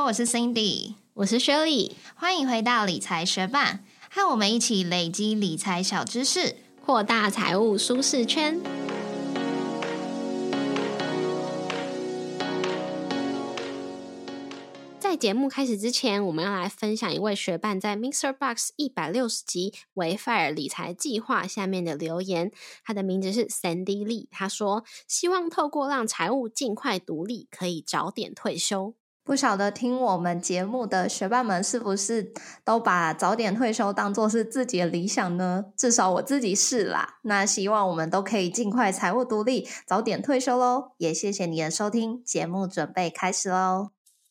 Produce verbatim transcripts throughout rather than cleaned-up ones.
我是 Cindy， 我是 Shirley， 欢迎回到理财学伴，和我们一起累积理财小知识， 扩大财务舒适圈。在节目开始之前，我们要来分享一位学伴在 MixerBox 一百六十集维菲尔理财计划下面的留言，他的名字是 Sandy Lee， 他说希望透过让财务尽快独立，可以早点退休。 不晓得听我们节目的学伴们是不是都把早点退休当作是自己的理想呢？至少我自己是啦。那希望我们都可以尽快财务独立，早点退休咯。也谢谢你的收听，节目准备开始咯。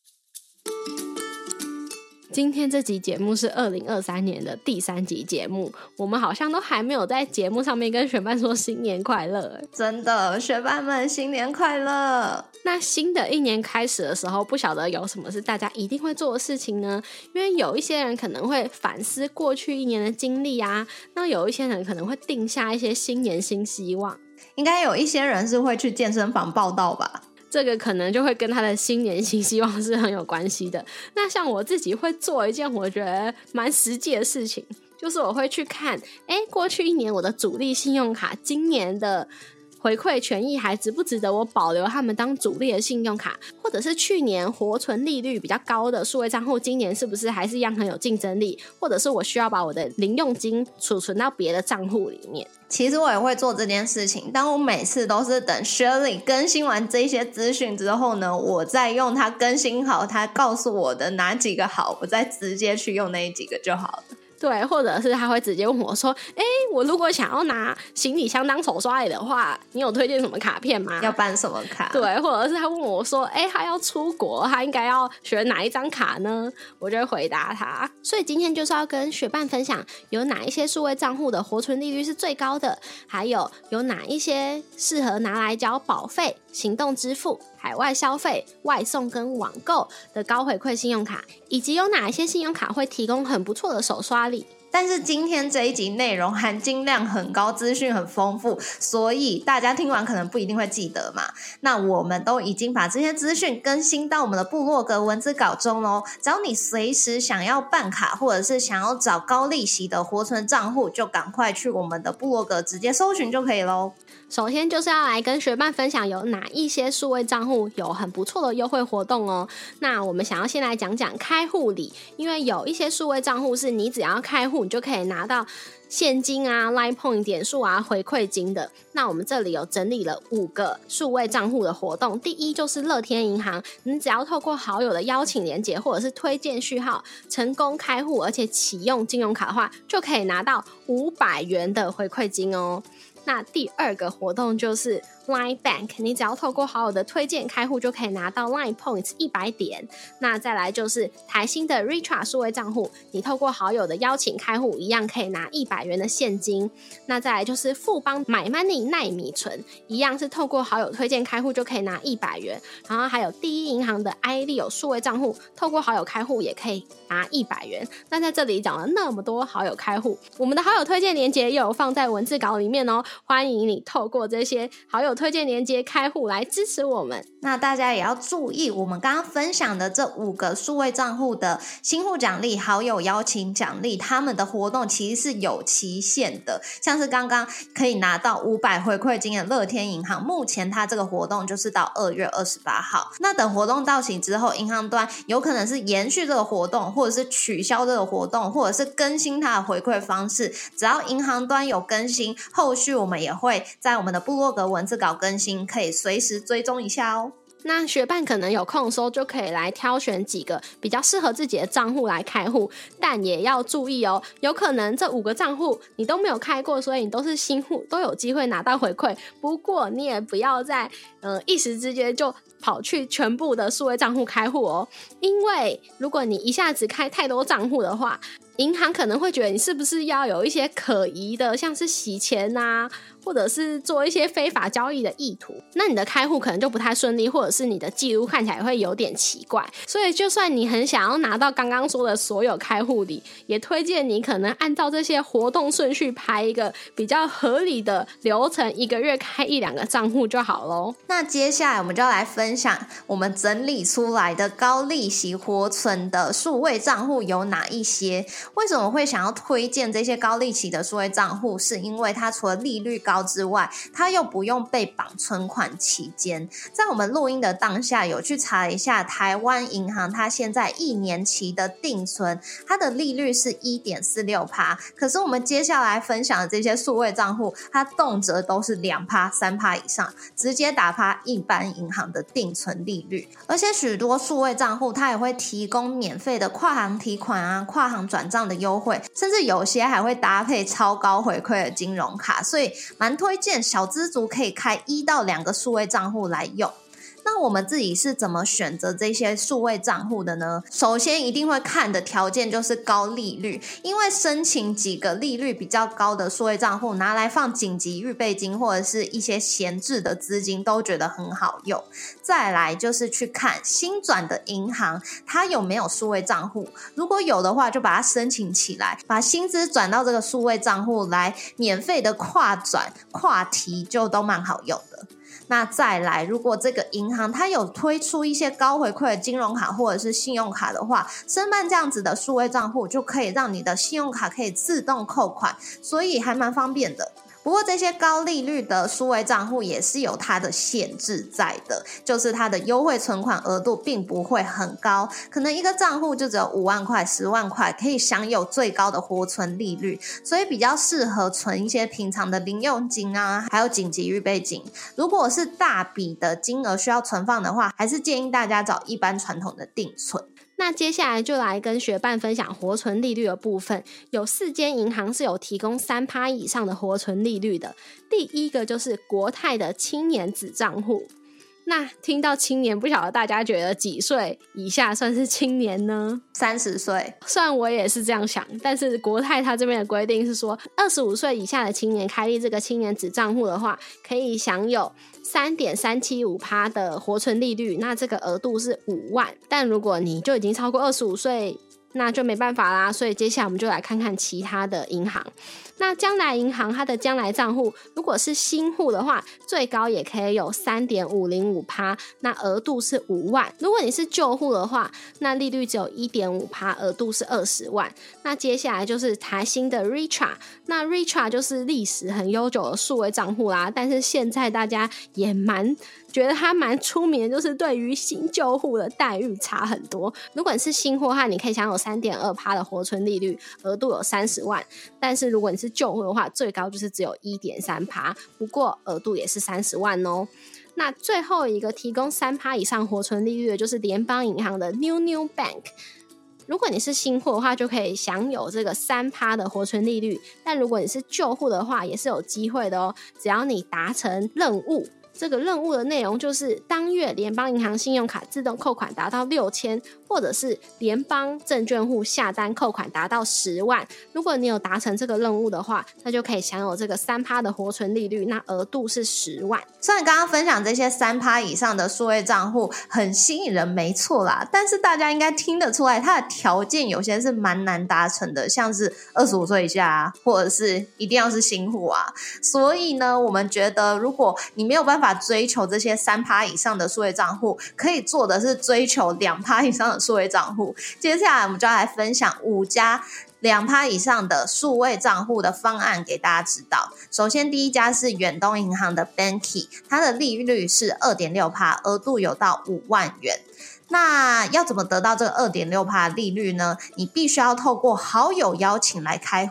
今天这集节目是二零二三年的第三集节目，我们好像都还没有在节目上面跟学伴说新年快乐。 真的，学伴们新年快乐。 那新的一年开始的时候，不晓得有什么是大家一定会做的事情呢？因为有一些人可能会反思过去一年的经历啊，那有一些人可能会定下一些新年新希望。 应该有一些人是会去健身房报到吧， 这个可能就会跟他的新年新希望是很有关系的。那像我自己会做一件我觉得蛮实际的事情，就是我会去看诶过去一年我的主力信用卡今年的回馈权益还值不值得我保留他们当主力的信用卡，或者是去年活存利率比较高的数位账户今年是不是还是一样很有竞争力，或者是我需要把我的零用金储存到别的账户里面。 其实我也会做这件事情，但我每次都是等 Shirley 更新完这些资讯之后呢，我再用它更新好它告诉我的哪几个好，我再直接去用那几个就好了。 对，或者是他会直接问我说诶我如果想要拿行李箱当手刷里的话，你有推荐什么卡片吗？ 要办什么卡？ 对，或者是他问我说诶他要出国，他应该要选哪一张卡呢？我就会回答他。所以今天就是要跟学伴分享有哪一些数位账户的活存利率是最高的，还有有哪一些适合拿来缴保费、行动支付、海外消费、外送跟网购的高回馈信用卡，以及有哪一些信用卡会提供很不错的手刷礼。 但是今天这一集内容含金量很高，资讯很丰富，所以大家听完可能不一定会记得嘛。那我们都已经把这些资讯更新到我们的部落格文字稿中咯，只要你随时想要办卡，或者是想要找高利息的活存账户，就赶快去我们的部落格直接搜寻就可以咯。 首先就是要来跟学伴分享有哪一些数位账户有很不错的优惠活动哦。那我们想要先来讲讲开户礼，因为有一些数位账户是你只要开户你就可以拿到现金啊 Line Point 点数啊回馈金的。那我们这里有整理了五个数位账户的活动。第一就是乐天银行，你只要透过好友的邀请连结或者是推荐序号成功开户，而且启用金融卡的话，就可以拿到五百元的回馈金哦。那第二个活动就是 Line Bank， 你只要透过好友的推荐开户就可以拿到 Line Points 一百点。那再来就是台新的 Richa 数位账户，你透过好友的邀请开户一样可以拿一百元的现金。那再来就是富邦 My Money 奈米存，一样是透过好友推荐开户就可以拿一百元。然后还有第一银行的 iLeo 数位账户，透过好友开户也可以拿一百元。那在这里讲了那么多好友开户，我们的好友推荐连结也有放在文字稿里面哦，欢迎你透过这些好友推荐连结开户来支持我们。 那大家也要注意，我们刚刚分享的这五个数位账户的新户奖励、好友邀请奖励，他们的活动其实是有期限的。像是刚刚可以拿到五百回馈金的乐天银行，目前它这个活动就是到二月二十八号。那等活动到期之后，银行端有可能是延续这个活动，或者是取消这个活动，或者是更新它的回馈方式。只要银行端有更新，后续我们也会在我们的部落格文字稿更新，可以随时追踪一下哦。 那学伴可能有空的时候就可以来挑选几个比较适合自己的账户来开户，但也要注意哦，有可能这五个账户你都没有开过，所以你都是新户，都有机会拿到回馈。不过你也不要在呃一时之间就跑去全部的数位账户开户哦，因为如果你一下子开太多账户的话， 银行可能会觉得你是不是要有一些可疑的，像是洗钱啊，或者是做一些非法交易的意图，那你的开户可能就不太顺利，或者是你的记录看起来会有点奇怪。所以就算你很想要拿到刚刚说的所有开户礼，也推荐你可能按照这些活动顺序排一个比较合理的流程，一个月开一两个账户就好咯。 那接下来我们就要来分享我们整理出来的高利息活存的数位账户有哪一些。为什么会想要推荐这些高利息的数位账户，是因为它除了利率高之外，它又不用被绑存款期间。在我们录音的当下有去查一下台湾银行它现在一年期的定存，它的利率是 百分之一点四六， 可是我们接下来分享的这些数位账户，它动辄都是 百分之二、百分之三 以上，直接打趴一般银行的定存利率。而且许多数位账户它也会提供免费的跨行提款啊、跨行转账的优惠，甚至有些还会搭配超高回馈的金融卡，所以蛮推荐小资族可以开一到两个数位账户来用。那我们自己是怎么选择这些数位账户的呢？首先一定会看的条件就是高利率，因为申请几个利率比较高的数位账户拿来放紧急预备金或者是一些闲置的资金都觉得很好用。再来就是去看新转的银行它有没有数位账户，如果有的话就把它申请起来，把薪资转到这个数位账户来免费的跨转跨提，就都蛮好用的。那再来，如果这个银行它有推出一些高回馈的金融卡或者是信用卡的话，申办这样子的数位账户就可以让你的信用卡可以自动扣款，所以还蛮方便的。不过这些高利率的数位账户也是有它的限制在的，就是它的优惠存款额度并不会很高，可能一个账户就只有五万块、十万块，可以享有最高的活存利率，所以比较适合存一些平常的零用金啊，还有紧急预备金。如果是大笔的金额需要存放的话，还是建议大家找一般传统的定存。 那接下来就来跟学伴分享活存利率的部分，有四间银行是有提供 百分之三 以上的活存利率的。第一个就是国泰的青年子账户。那听到青年，不晓得大家觉得几岁以下算是青年呢？ 三十岁。 虽然我也是这样想，但是国泰它这边的规定是说，二十五岁以下的青年开立这个青年子账户的话，可以享有 三点三七五 的活存利率，那这个额度是五万。但如果你就已经超过二十五岁，那就没办法啦，所以接下来我们就来看看其他的银行。那将来银行它的将来账户如果是新户的话，最高也可以有 三点五零五， 那额度是五万。如果你是旧户的话，那利率只有 一点五， 额度是二十万。那接下来就是台新的 Ritra， 那 Ritra 就是历史很悠久的数位账户啦，但是现在大家也蛮觉得它蛮出名的，就是对于新旧户的待遇差很多。如果你是新户的话，你可以享有 三点二 的活存利率，额度有三十万。但是如果你是旧户的话，最高就是只有 一点三， 不过额度也是三十万哦。那最后一个提供 百分之三 以上活存利率的就是联邦银行的 New New Bank。如果你是新户的话，就可以享有这个 百分之三 的活存利率，但如果你是旧户的话，也是有机会的哦，只要你达成任务。这个任务的内容就是当月联邦银行信用卡自动扣款达到六千，或者是联邦证券户下单扣款达到十万。如果你有达成这个任务的话，那就可以享有这个 百分之三 的活存利率，那额度是十万。 虽然刚刚分享这些 百分之三 以上的数位账户很吸引人没错啦，但是大家应该听得出来它的条件有些是蛮难达成的，像是二十五岁以下啊，或者是一定要是新户啊。所以呢，我们觉得如果你没有办法追求这些 百分之三 以上的数位账户，可以做的是追求 百分之二 以上的数位账户。接下来我们就要来分享五家百分之二 以上的数位账户的方案给大家知道。首先第一家是远东银行的 Banky， 它的利率是 二点六， 额度有到五万元。那要怎么得到这个 二点六 的利率呢？你必须要透过好友邀请来开户。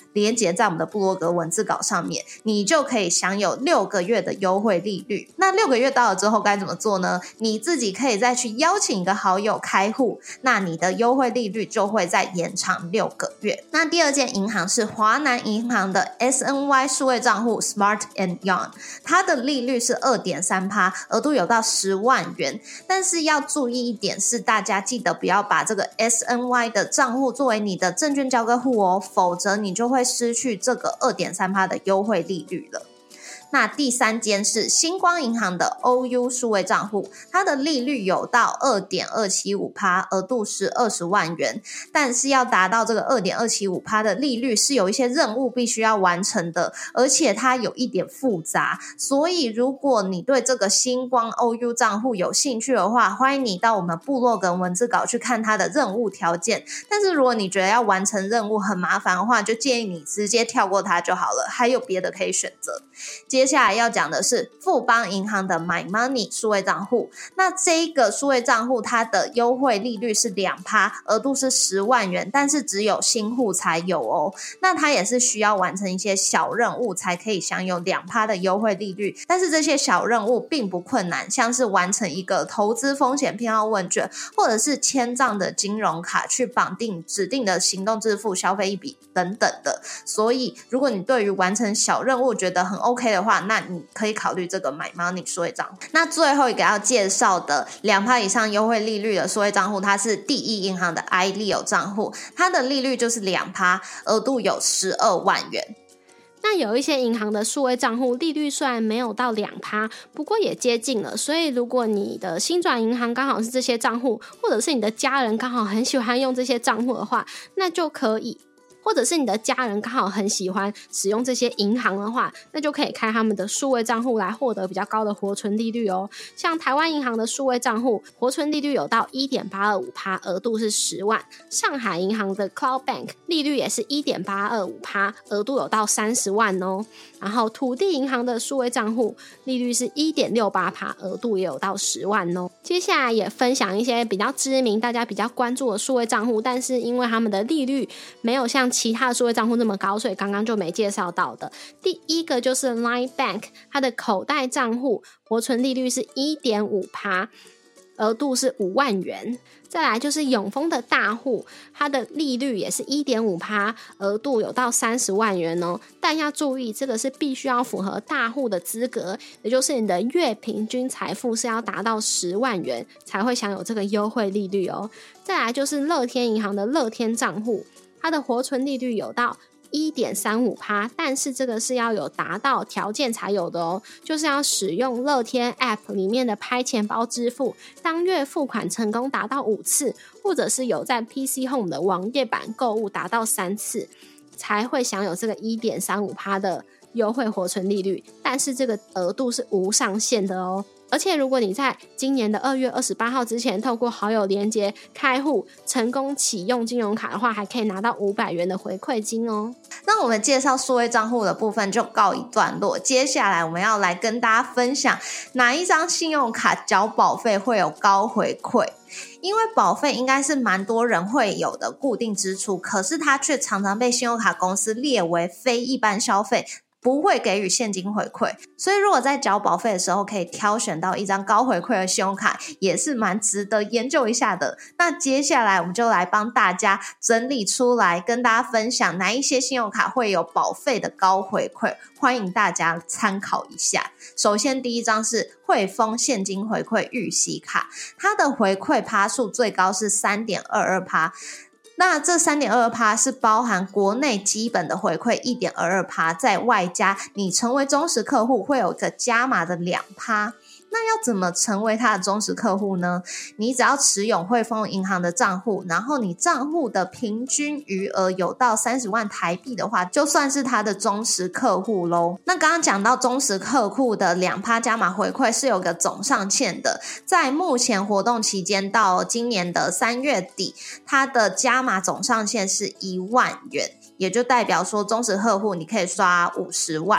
连结在我们的部落格文字稿上面，你就可以享有六个月的优惠利率。那六个月到了之后该怎么做呢？你自己可以再去邀请一个好友开户，那你的优惠利率就会再延长六个月。那第二间银行是华南银行的 S N Y 数位账户 Smart and Young， 它的利率是 二点三趴， 额度有到十万元。但是要注意一点是，大家记得不要把这个 S N Y 的账户作为你的证券交割户哦，否则你就会失去这个 二点三趴 的优惠利率了。那第三间是星光银行的 O U 数位账户，它的利率有到 二点二七五趴， 额度是二十万元。但是要达到这个 二点二七五趴 的利率是有一些任务必须要完成的，而且它有一点复杂，所以如果你对这个星光 O U 账户有兴趣的话，欢迎你到我们部落格文字稿去看它的任务条件。但是如果你觉得要完成任务很麻烦的话，就建议你直接跳过它就好了，还有别的可以选择。接下来要讲的是富邦银行的 My Money 数位账户，那这一个数位账户它的优惠利率是 百分之二， 额度是十万元，但是只有新户才有哦。那它也是需要完成一些小任务才可以享有 百分之二 的优惠利率，但是这些小任务并不困难，像是完成一个投资风险偏好问卷，或者是签账的金融卡去绑定指定的行动支付消费一笔等等的。所以如果你对于完成小任务觉得很 OK 的话，那你可以考虑这个 My Money 数位账户。那最后一个要介绍的 百分之二 以上优惠利率的数位账户，它是第一银行的 I L E O 账户，它的利率就是 百分之二， 额度有十二万元。 那有一些银行的数位账户利率虽然没有到 百分之二， 不过也接近了，所以如果你的薪转银行刚好是这些账户，或者是你的家人刚好很喜欢用这些账户的话，那就可以，或者是你的家人刚好很喜欢使用这些银行的话，那就可以开他们的数位账户来获得比较高的活存利率哦。像台湾银行的数位账户活存利率有到 一点八二五趴， 额度是十万。上海银行的 Cloud Bank 利率也是 一点八二五趴， 额度有到三十万哦。然后土地银行的数位账户利率是 一点六八趴， 额度也有到十万哦。接下来也分享一些比较知名大家比较关注的数位账户，但是因为他们的利率没有像其他的数位账户那么高，所以刚刚就没介绍到的。第一个就是 Line Bank， 它的口袋账户活存利率是 一点五趴， 额度是五万元。再来就是永丰的大户，它的利率也是 一点五趴， 额度有到三十万元哦。但要注意，这个是必须要符合大户的资格，也就是你的月平均财富是要达到十万元才会享有这个优惠利率哦。再来就是乐天银行的乐天账户，它的活存利率有到 一点三五趴， 但是这个是要有达到条件才有的哦，就是要使用乐天 App 里面的拍钱包支付，当月付款成功达到五次，或者是有在 P C Home 的网页版购物达到三次，才会享有这个 一点三五趴 的优惠活存利率，但是这个额度是无上限的哦。而且如果你在今年的二月二十八号之前透过好友连结开户成功启用金融卡的话，还可以拿到五百元的回馈金哦。 那我们介绍数位账户的部分就告一段落，接下来我们要来跟大家分享哪一张信用卡缴保费会有高回馈。因为保费应该是蛮多人会有的固定支出，可是它却常常被信用卡公司列为非一般消费，不会给予现金回馈，所以如果在缴保费的时候可以挑选到一张高回馈的信用卡，也是蛮值得研究一下的。那接下来我们就来帮大家整理出来，跟大家分享哪一些信用卡会有保费的高回馈，欢迎大家参考一下。首先第一张是汇丰现金回馈预息卡，它的回馈趴数最高是 三点二二趴，那这 三点二二% 是包含国内基本的回馈 一点二二%， 再外加你成为忠实客户会有个加码的 百分之二。那要怎么成为他的忠实客户呢？你只要持有汇丰银行的账户，然后你账户的平均余额有到三十万台币的话，就算是他的忠实客户咯。那刚刚讲到忠实客户的 百分之二 加码回馈是有个总上限的，在目前活动期间到今年的三月底，它的加码总上限是一万元，也就代表说忠实客户你可以刷五十万。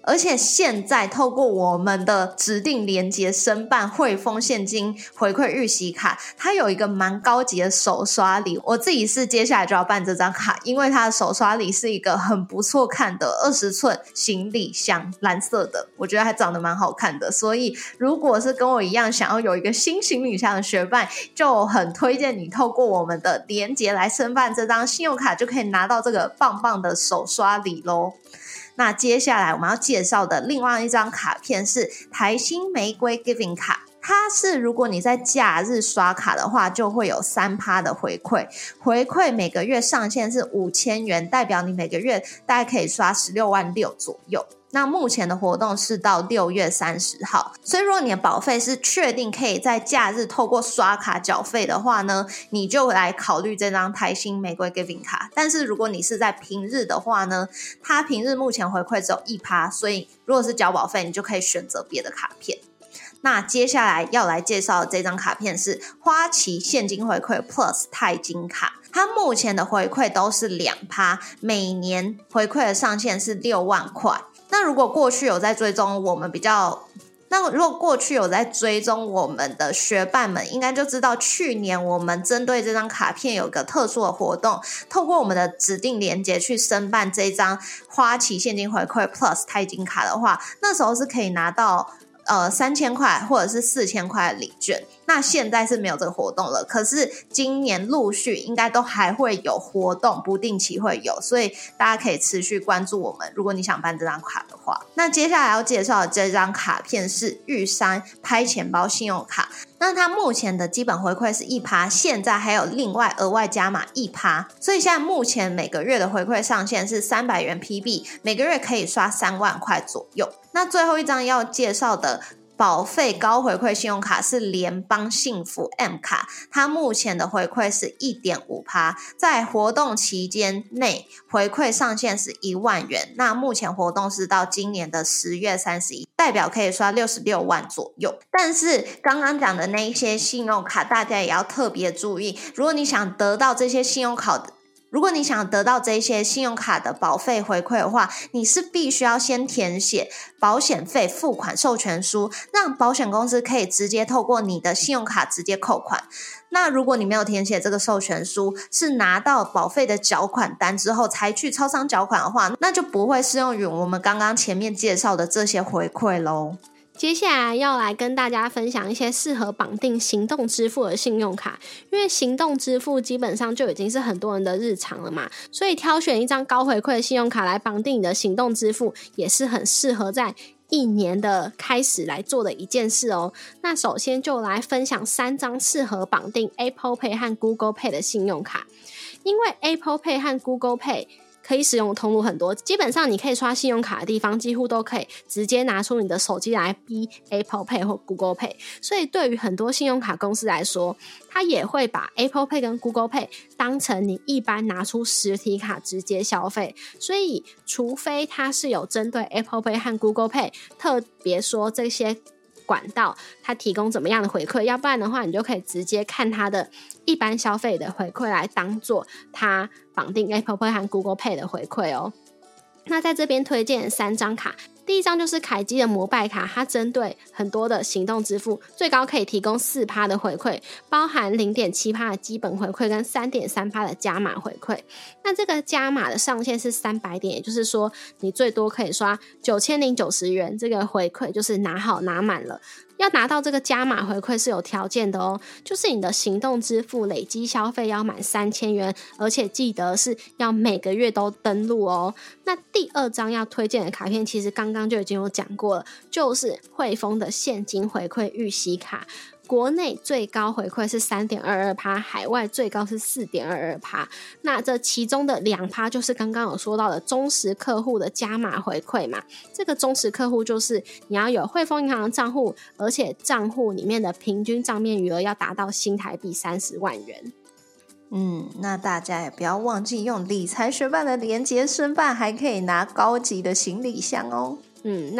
而且现在透过我们的指定连结申办汇丰现金回馈预习卡，它有一个蛮高级的手刷礼，我自己是接下来就要办这张卡，因为它的手刷礼是一个很不错看的二十寸行李箱，蓝色的，我觉得还长得蛮好看的，所以如果是跟我一样想要有一个新行李箱的学伴，就很推荐你透过我们的连结来申办这张信用卡，就可以拿到这个棒棒的手刷礼咯。那接下来我们要介绍的另外一张卡片是台新玫瑰 Giving 卡，它是如果你在假日刷卡的话就会有 百分之三 的回馈，回馈每个月上限是五千元，代表你每个月大概可以刷十六万六左右。那目前的活动是到六月三十号，所以如果你的保费是确定可以在假日透过刷卡缴费的话呢，你就来考虑这张台新玫瑰 Giving 卡。但是如果你是在平日的话呢，它平日目前回馈只有 百分之一， 所以如果是缴保费你就可以选择别的卡片。那接下来要来介绍的这张卡片是花旗现金回馈 Plus 钛金卡，它目前的回馈都是 百分之二， 每年回馈的上限是六万块。那如果过去有在追踪我们比较那如果过去有在追踪我们的学伴们应该就知道，去年我们针对这张卡片有个特殊的活动，透过我们的指定连结去申办这张花旗现金回馈 Plus 钛金卡的话，那时候是可以拿到呃三千块或者是四千块的礼券。那现在是没有这个活动了，可是今年陆续应该都还会有活动，不定期会有，所以大家可以持续关注我们，如果你想办这张卡的话。那接下来要介绍的这张卡片是玉山拍钱包信用卡，那它目前的基本回馈是 百分之一， 现在还有另外额外加码 百分之一， 所以现在目前每个月的回馈上限是三百元 P B， 每个月可以刷三万块左右。那最后一张要介绍的保费高回馈信用卡是联邦幸福 M 卡，它目前的回馈是 百分之一点五， 在活动期间内回馈上限是一万元，那目前活动是到今年的十月三十一，代表可以刷六十六万左右。但是刚刚讲的那一些信用卡大家也要特别注意，如果你想得到这些信用卡的如果你想得到这些信用卡的保费回馈的话，你是必须要先填写保险费付款授权书，让保险公司可以直接透过你的信用卡直接扣款。那如果你没有填写这个授权书，是拿到保费的缴款单之后才去超商缴款的话，那就不会适用于我们刚刚前面介绍的这些回馈咯。 接下来要来跟大家分享一些适合绑定行动支付的信用卡，因为行动支付基本上就已经是很多人的日常了嘛，所以挑选一张高回馈的信用卡来绑定你的行动支付也是很适合在一年的开始来做的一件事哦。那首先就来分享三张适合绑定 Apple Pay 和 Google Pay 的信用卡，因为 Apple Pay 和 Google Pay可以使用的通路很多，基本上你可以刷信用卡的地方几乎都可以直接拿出你的手机来逼 Apple Pay 或 Google Pay， 所以对于很多信用卡公司来说，它也会把 Apple Pay 跟 Google Pay 当成你一般拿出实体卡直接消费，所以除非它是有针对 Apple Pay 和 Google Pay 特别说这些管道它提供怎么样的回馈，要不然的话你就可以直接看它的一般消费的回馈来当做它绑定 Apple Pay 和 Google Pay 的回馈哦。那在这边推荐三张卡，第一张就是凯基的摩拜卡，它针对很多的行动支付最高可以提供 百分之四 的回馈，包含 零点七 的基本回馈跟 百分之三点三 的加码回馈。那这个加码的上限是三百点，也就是说你最多可以刷九千零九十元，这个回馈就是拿好拿满了。要拿到这个加码回馈是有条件的哦，就是你的行动支付累积消费要满三千元，而且记得是要每个月都登录哦。那第二张要推荐的卡片其实刚刚就已经有讲过了，就是汇丰的现金回馈预习卡，国内最高回馈是 三点二二， 海外最高是 四点二二， 那这其中的 百分之二 就是刚刚有说到的忠实客户的加码回馈嘛。这个忠实客户就是你要有汇丰银行的账户，而且账户里面的平均账面余额要达到新台币三十万元。 嗯，那大家也不要忘记用理财学伴的连结申办，还可以拿高级的行李箱哦。 嗯，那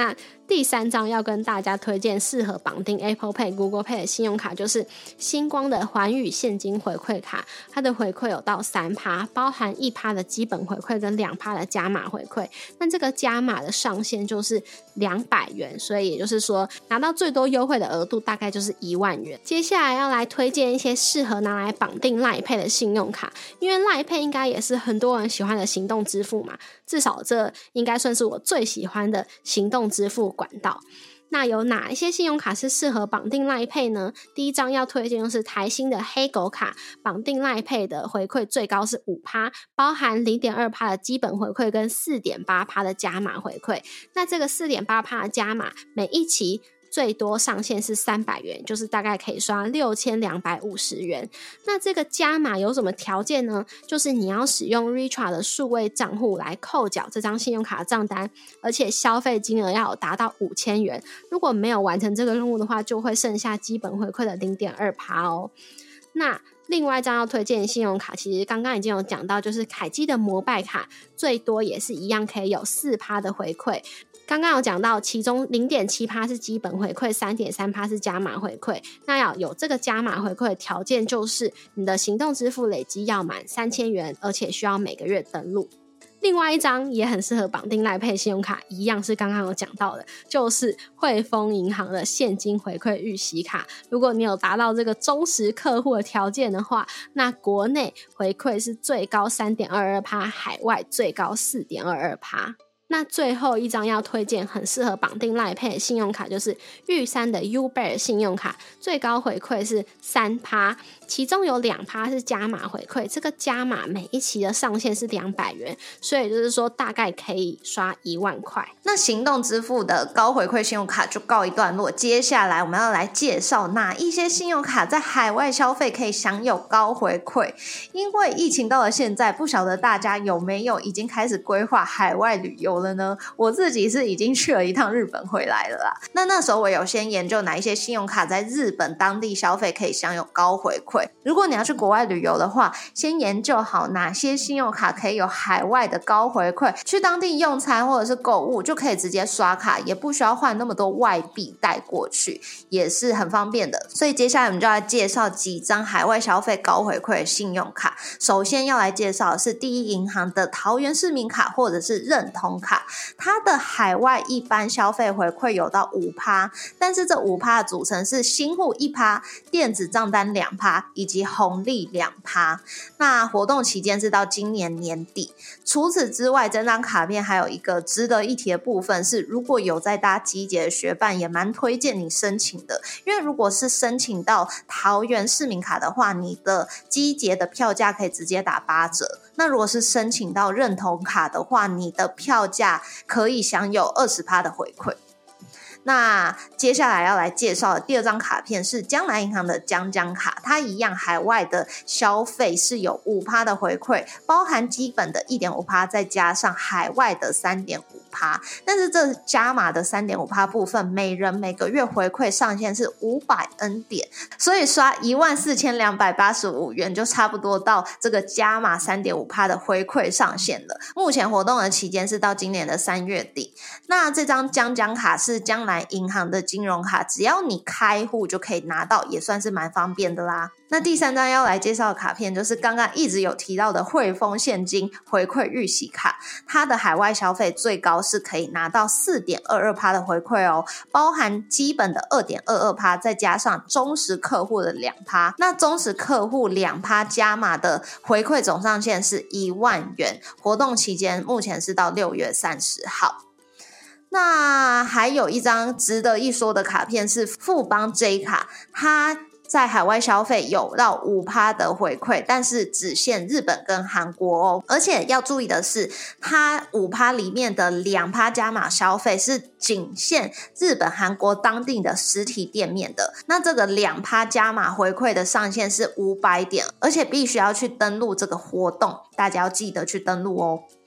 第三张要跟大家推荐适合绑定 Apple Pay、Google Pay 的信用卡，就是星光的环宇现金回馈卡，它的回馈有到 百分之三， 包含 百分之一 的基本回馈跟 百分之二 的加码回馈。那这个加码的上限就是两百元，所以也就是说拿到最多优惠的额度大概就是一万元。接下来要来推荐一些适合拿来绑定 LINE Pay 的信用卡，因为 LINE Pay 应该也是很多人喜欢的行动支付嘛，至少这应该算是我最喜欢的行动支付管道。那有哪一些信用卡是适合绑定 LINE Pay 呢？第一张要推荐就是台新的黑狗卡，绑定 LINE Pay 的回馈最高是 百分之五， 包含 零点二 的基本回馈跟 四点八 的加码回馈。那这个 四点八 的加码每一期最多上限是三百元，就是大概可以刷六千两百五十元。那这个加码有什么条件呢？就是你要使用 Richart 的数位账户来扣缴这张信用卡账单，而且消费金额要有达到五千元。如果没有完成这个任务的话，就会剩下基本回馈的 零点二 哦。那另外一张要推荐的信用卡，其实刚刚已经有讲到，就是凯基的摩拜卡，最多也是一样可以有 百分之四 的回馈。刚刚有讲到，其中 零点七 是基本回馈， 三点三 是加码回馈。那要有这个加码回馈的条件，就是你的行动支付累积要满三千元，而且需要每个月登录。另外一张也很适合绑定 LINE Pay 信用卡，一样是刚刚有讲到的，就是汇丰银行的现金回馈预习卡。如果你有达到这个忠实客户的条件的话，那国内回馈是最高 三点二二 趴， 海外最高 四点二二趴。那最后一张要推荐很适合绑定 LINE Pay 的信用卡，就是玉山的 Uber 信用卡，最高回馈是 百分之三， 其中有 百分之二 是加码回馈，这个加码每一期的上限是两百元，所以就是说大概可以刷一万块。 那行动支付的高回馈信用卡就告一段落，接下来我们要来介绍哪一些信用卡在海外消费可以享有高回馈。因为疫情到了现在，不晓得大家有没有已经开始规划海外旅游了呢？我自己是已经去了一趟日本回来了啦。那那时候我有先研究哪一些信用卡在日本当地消费可以享有高回馈。如果你要去国外旅游的话，先研究好哪些信用卡可以有海外的高回馈，去当地用餐或者是购物就可以直接刷卡，也不需要换那么多外币带过去，也是很方便的。所以接下来我们就来介绍几张海外消费高回馈的信用卡。首先要来介绍的是第一银行的桃园市民卡或者是认同卡，它的海外一般消费回馈有到 百分之五， 但是这 百分之五 的组成是新户 百分之一， 电子账单 百分之二 以及红利 百分之二。 那活动期间是到今年年底。除此之外，这张卡片还有一个值得一提的部分是，如果有在搭机捷的学伴也蛮推荐你申请的，因为如果是申请到桃园市民卡的话，你的机捷的票价可以直接打八折。那如果是申请到认同卡的话，你的票价可以享有 百分之二十 的回馈。那接下来要来介绍的第二张卡片是江南银行的江江卡，它一样海外的消费是有 百分之五 的回馈，包含基本的 一点五 再加上海外的 三点五， 但是这加码的 三点五 部分每人每个月回馈上限是五百 N 点，所以刷一万四千两百八十五元就差不多到这个加码 三点五 的回馈上限了。目前活动的期间是到今年的三月底。那这张江江卡是江南银行的金融卡，只要你开户就可以拿到，也算是蛮方便的啦。那第三张要来介绍的卡片就是刚刚一直有提到的汇丰现金回馈预习卡，它的海外消费最高是可以拿到 四点二二 的回馈哦，包含基本的 二点二二 再加上忠实客户的 两趴。 那忠实客户 两趴 加码的回馈总上限是一万元，活动期间目前是到六月三十号。那还有一张值得一说的卡片是富邦 J 卡，它在海外消费有到 百分之五 的回馈，但是只限日本跟韩国哦。而且要注意的是，它 百分之五 里面的 两趴 加码消费是仅限日本韩国当地的实体店面的。那这个 两趴 加码回馈的上限是五百点，而且必须要去登录这个活动，大家要记得去登录哦。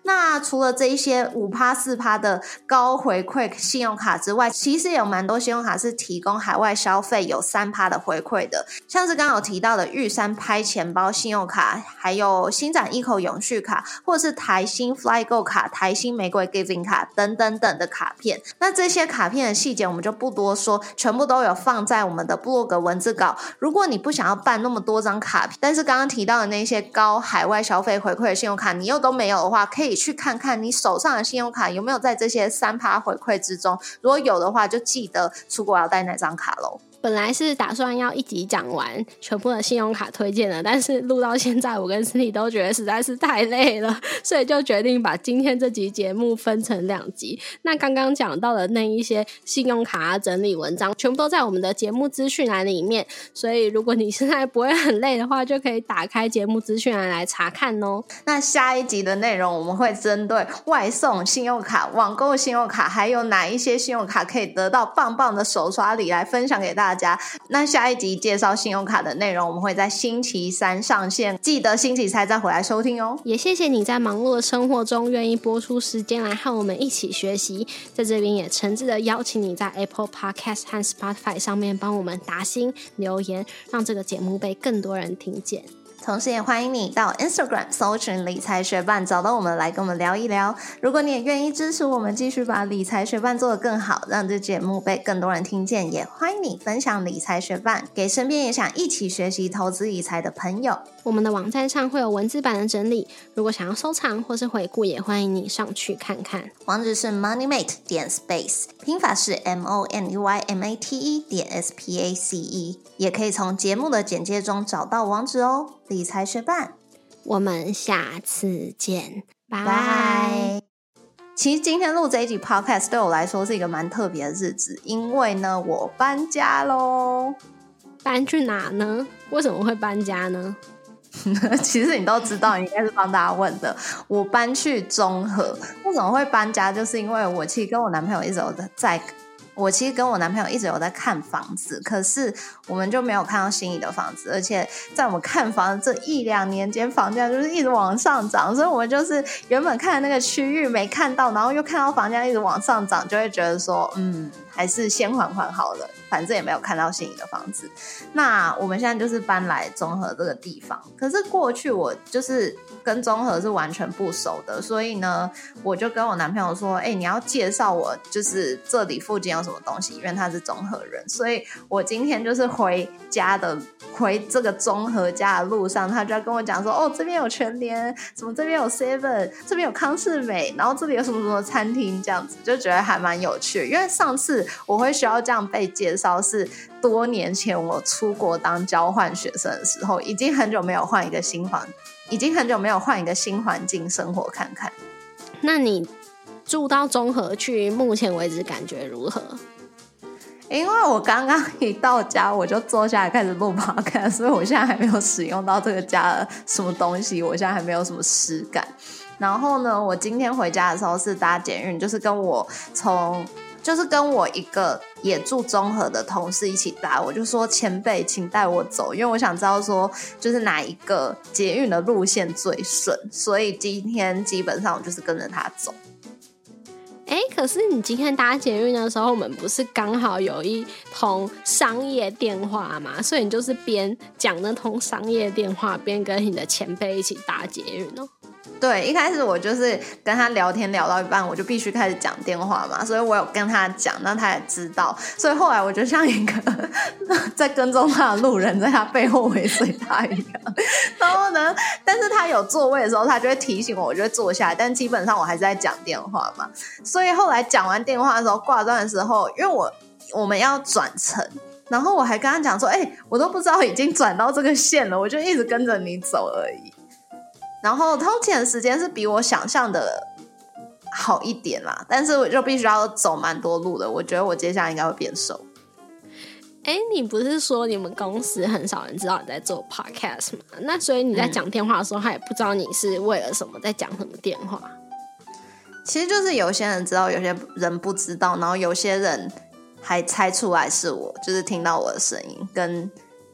那除了这一些 百分之五、百分之四 的高回馈信用卡之外，其实有蛮多信用卡是提供海外消费有 百分之三 的回馈的，像是刚刚有提到的玉山拍钱包信用卡，还有新展一口永续卡，或者是台新 FlyGo 卡、台新玫瑰 Giving 卡等等等的卡片。那这些卡片的细节我们就不多说，全部都有放在我们的部落格文字稿。如果你不想要办那么多张卡片，但是刚刚提到的那些高海外消费回馈的信用卡你又都没有的话，可以去看看你手上的信用卡有没有在这些 百分之三 回馈之中，如果有的话就记得出国要带那张卡咯。 本来是打算要一集讲完全部的信用卡推荐了，但是录到现在我跟思妮都觉得实在是太累了，所以就决定把今天这集节目分成两集。那刚刚讲到的那一些信用卡整理文章全部都在我们的节目资讯栏里面，所以如果你现在不会很累的话，就可以打开节目资讯栏来查看哦。 那下一集的内容我们会针对外送信用卡、网购信用卡，还有哪一些信用卡可以得到棒棒的手刷礼来分享给大家。那下一集介绍信用卡的内容我们会在星期三上线，记得星期三再回来收听哦。 也谢谢你在忙碌的生活中愿意拨出时间来和我们一起学习，在这边也诚挚的邀请你在 Apple Podcast 和 Spotify 上面帮我们打星留言，让这个节目被更多人听见。 同时也欢迎你到 Instagram 搜寻理财学伴，找到我们来跟我们聊一聊。如果你也愿意支持我们继续把理财学伴做得更好，让这节目被更多人听见，也欢迎你分享理财学伴给身边也想一起学习投资理财的朋友。 我们的网站上会有文字版的整理，如果想要收藏或是回顾，也欢迎你上去看看。 网址是 moneymate 点 space， 拼法是 M O N E Y M A T E 点 S P A C E， 也可以从节目的简介中找到网址哦。理财学伴， 我们下次见，拜拜。其实今天录这一集 podcast 对我来说是一个蛮特别的日子，因为呢我搬家咯。 搬去哪呢？为什么会搬家呢？ 其实你都知道，你应该是帮大家问的。我搬去中和，为什么会搬家？就是因为我其实跟我男朋友一直有在我其实跟我男朋友一直有在看房子，可是我们就没有看到心仪的房子，而且在我们看房这一两年间，房价就是一直往上涨，所以我们就是原本看的那个区域没看到，然后又看到房价一直往上涨，就会觉得说嗯还是先缓缓好了，反正也没有看到心仪的房子。那我们现在就是搬来中和这个地方，可是过去我就是跟中和是完全不熟的，所以呢我就跟我男朋友说哎、欸，你要介绍我就是这里附近有什么东西，因为他是中和人，所以我今天就是回家的回这个中和家的路上，他就要跟我讲说哦这边有全联，什么这边有 seven， 这边有康士美，然后这里有什么什么餐厅，这样子就觉得还蛮有趣。因为上次我会需要这样被介绍是多年前我出国当交换学生的时候，已经很久没有换一个新环已经很久没有换一个新环境生活看看。 那你住到中和去目前为止感觉如何？ 因为我刚刚一到家我就坐下来开始录 podcast， 所以我现在还没有使用到这个家的什么东西，我现在还没有什么实感。然后呢我今天回家的时候是搭捷运，就是跟我从就是跟我一个也住中和的同事一起搭，我就说前辈请带我走，因为我想知道说就是哪一个捷运的路线最顺，所以今天基本上我就是跟着他走。 哎，可是你今天搭捷运的时候，我们不是刚好有一通商业电话吗？所以你就是边讲那通商业电话，边跟你的前辈一起搭捷运哦。 对，一开始我就是跟他聊天聊到一半，我就必须开始讲电话嘛，所以我有跟他讲，那他也知道，所以后来我就像一个在跟踪他的路人，在他背后尾随他一样。然后呢，但是他有座位的时候，他就会提醒我，我就会坐下来，但基本上我还是在讲电话嘛。所以后来讲完电话的时候，挂断的时候，因为我我们要转乘，然后我还跟他讲说，哎、欸，我都不知道已经转到这个线了，我就一直跟着你走而已。然后通勤的时间是比我想象的好一点啦，但是我就必须要走蛮多路的，我觉得我接下来应该会变瘦。 哎，你不是说你们公司很少人知道你在做 podcast 吗？那所以你在讲电话的时候，他也不知道你是为了什么在讲什么电话。 其实就是有些人知道，有些人不知道，然后有些人还猜出来是我，就是听到我的声音跟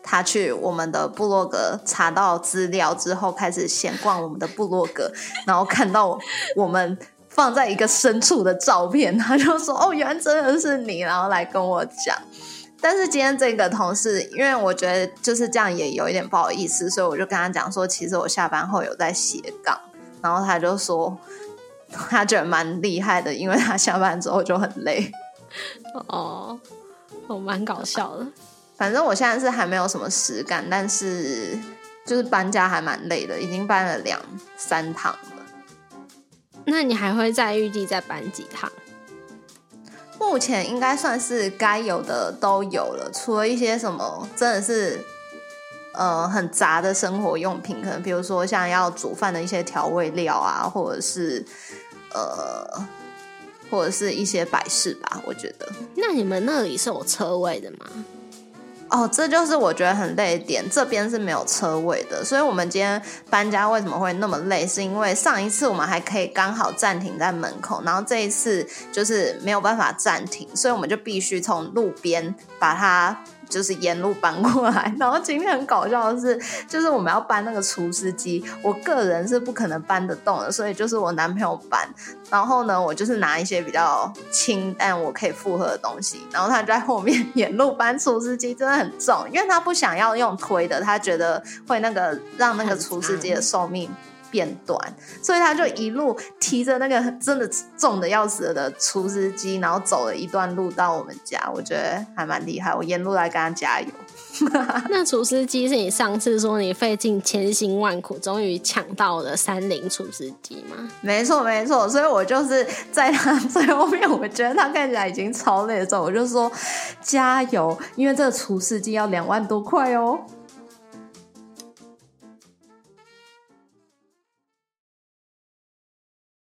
他去我们的部落格查到资料之后，开始闲逛我们的部落格，然后看到我们放在一个深处的照片，他就说哦，原来真的是你，然后来跟我讲。但是今天这个同事，因为我觉得就是这样也有一点不好意思，所以我就跟他讲说，其实我下班后有在斜杠，然后他就说他觉得蛮厉害的，因为他下班之后就很累。 哦，我蛮搞笑的。 反正我现在是还没有什么实感，但是就是搬家还蛮累的，已经搬了两三趟了。 那你还会再预计再搬几趟？ 目前应该算是该有的都有了，除了一些什么真的是呃很杂的生活用品，可能比如说像要煮饭的一些调味料啊，或者是呃或者是一些摆饰吧，我觉得。 那你们那里是有车位的吗？ 哦，这就是我觉得很累的点，这边是没有车位的，所以我们今天搬家为什么会那么累，是因为上一次我们还可以刚好暂停在门口，然后这一次就是没有办法暂停，所以我们就必须从路边把它就是沿路搬过来。然后今天很搞笑的是，就是我们要搬那个除湿机，我个人是不可能搬得动的，所以就是我男朋友搬，然后呢我就是拿一些比较轻但我可以负荷的东西，然后他就在后面沿路搬除湿机，真的很重，因为他不想要用推的，他觉得会那个让那个除湿机的寿命变短，所以他就一路提着那个真的重的要死的除湿机，然后走了一段路到我们家，我觉得还蛮厉害，我沿路来跟他加油。 那除湿机是你上次说你费尽千辛万苦终于抢到的三菱除湿机吗？ 没错没错，所以我就是在他最后面，我觉得他看起来已经超累的时候，我就说加油，因为这个除湿机要两万多块哦。